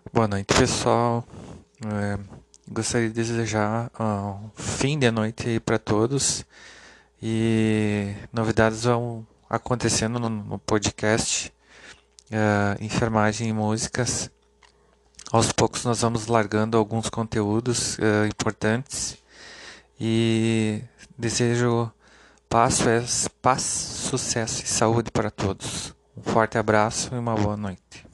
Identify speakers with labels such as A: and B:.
A: Boa noite, pessoal. É, Gostaria de desejar um fim de noite aí para todos e novidades vão acontecendo no podcast Enfermagem e Músicas. Aos poucos nós vamos largando alguns conteúdos importantes e desejo paz, sucesso e saúde para todos. Um forte abraço e uma boa noite.